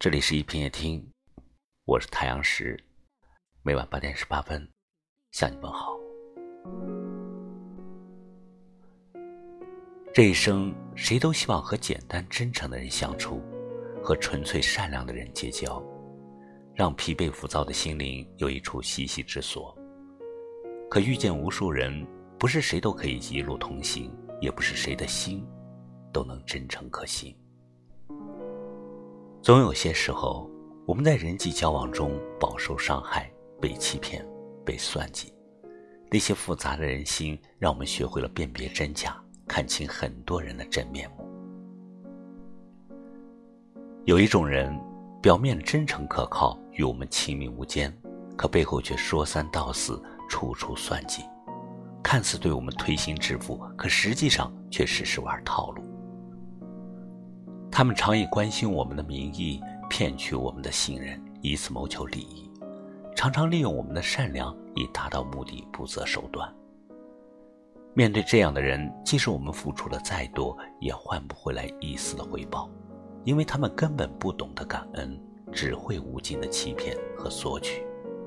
这里是一品夜听，我是太阳石，每晚8点18分向你问好。这一生，谁都希望和简单真诚的人相处，和纯粹善良的人结交，让疲惫浮躁的心灵有一处栖息之所。可遇见无数人，不是谁都可以一路同行，也不是谁的心都能真诚可信。总有些时候，我们在人际交往中饱受伤害，被欺骗，被算计。那些复杂的人心，让我们学会了辨别真假，看清很多人的真面目。有一种人，表面真诚可靠，与我们亲密无间，可背后却说三道四，处处算计。看似对我们推心置腹，可实际上却事事玩套路。他们常以关心我们的名义骗取我们的信任，以此谋求利益，常常利用我们的善良以达到目的，不择手段。面对这样的人，即使我们付出了再多，也换不回来一丝的回报，因为他们根本不懂得感恩，只会无尽的欺骗和索取。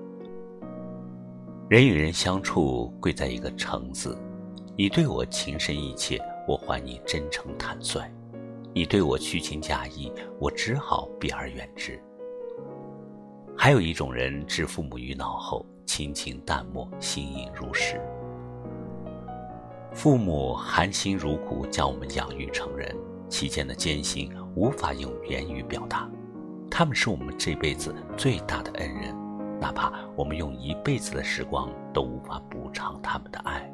人与人相处，贵在一个诚字。你对我情深意切，我还你真诚坦率；你对我虚情假意，我只好避而远之。还有一种人，置父母于脑后，亲情淡漠，心隐如石。父母含辛茹苦将我们养育成人，期间的艰辛无法用言语表达，他们是我们这辈子最大的恩人，哪怕我们用一辈子的时光都无法补偿他们的爱。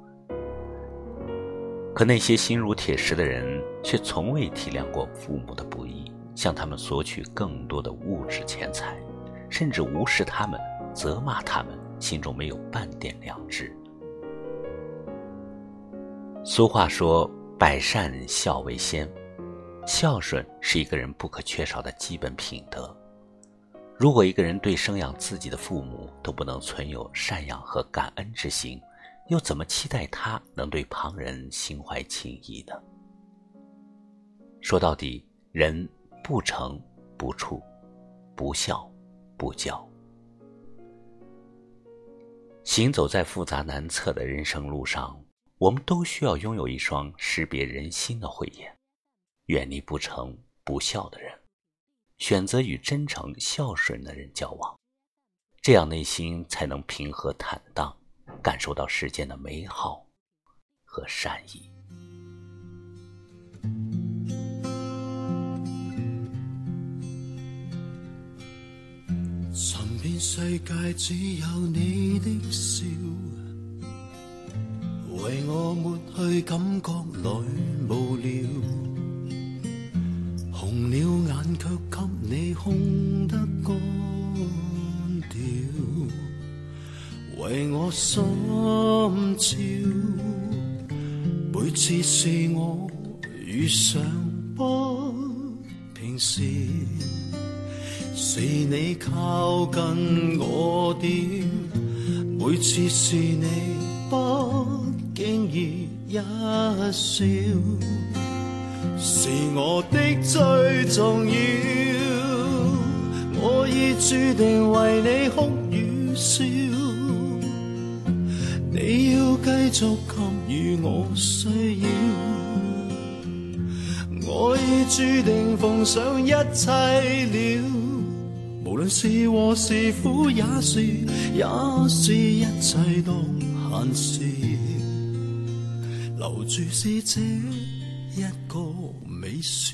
可那些心如铁石的人，却从未体谅过父母的不易，向他们索取更多的物质钱财，甚至无视他们，责骂他们，心中没有半点良知。俗话说，百善孝为先，孝顺是一个人不可缺少的基本品德。如果一个人对生养自己的父母都不能存有赡养和感恩之心，又怎么期待他能对旁人心怀情谊呢？说到底，人不诚不处，不孝不教。行走在复杂难测的人生路上，我们都需要拥有一双识别人心的慧眼，远离不诚不孝的人，选择与真诚孝顺的人交往，这样内心才能平和坦荡，感受到世间的美好和善意。 寻遍世界只有你的笑，为我抹去感觉里无聊，红了眼却给你空得干掉，为我心照。每次是我遇上不平时，是你靠近我點，每次是你不經意一笑，是我的最重要。我已注定為你哭與笑，你要繼續給予我需要。我已注定奉上一切了，無論是禍是苦也是一切當閒事，留住是這一個微笑。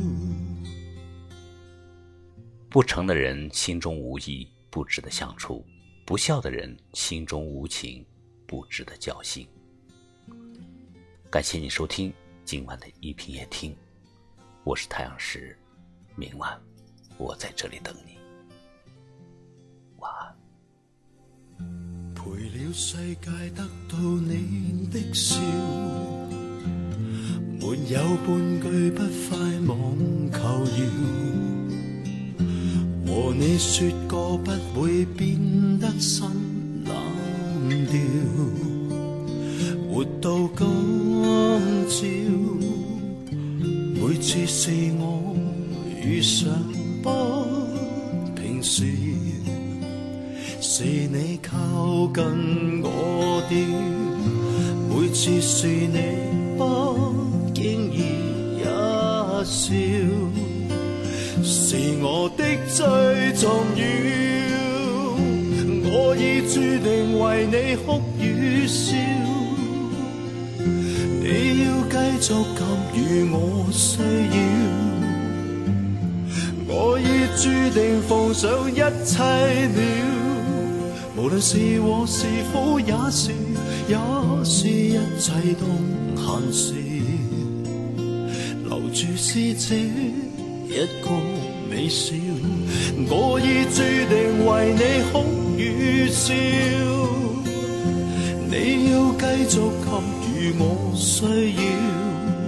不誠的人心中無義，不值得相處；不孝的人心中無情，不值得交心。感謝你收聽今晚的一品夜聽，我是太陽石，明晚我在這裡等你。晚安。 陪了世界得到你的笑，沒有半句不快忘求饒，和你說過不會變得心冷掉，活到今朝，每次是我遇上不平時，是你靠近我點，每次是你不經意一笑，是我的最重要。我已注定為你哭與笑，你要繼續給予我需要。我已注定奉上一切了，無論是禍是福也是一切當閒事，留住是這一個微笑。我已注定為你哭與笑，你要繼續給予我需要。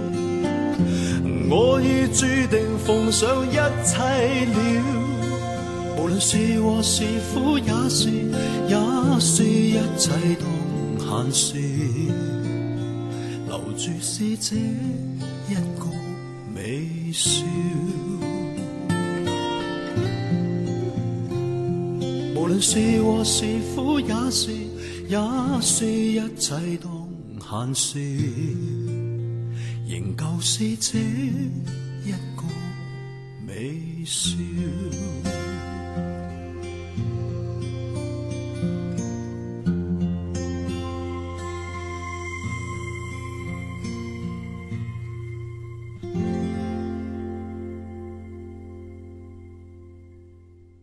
我已注定奉上一切了，無論是禍是福也是一切當閒事，留住是這一個微笑。無論是禍是福也是一切當閒事，仍舊是這一個微笑。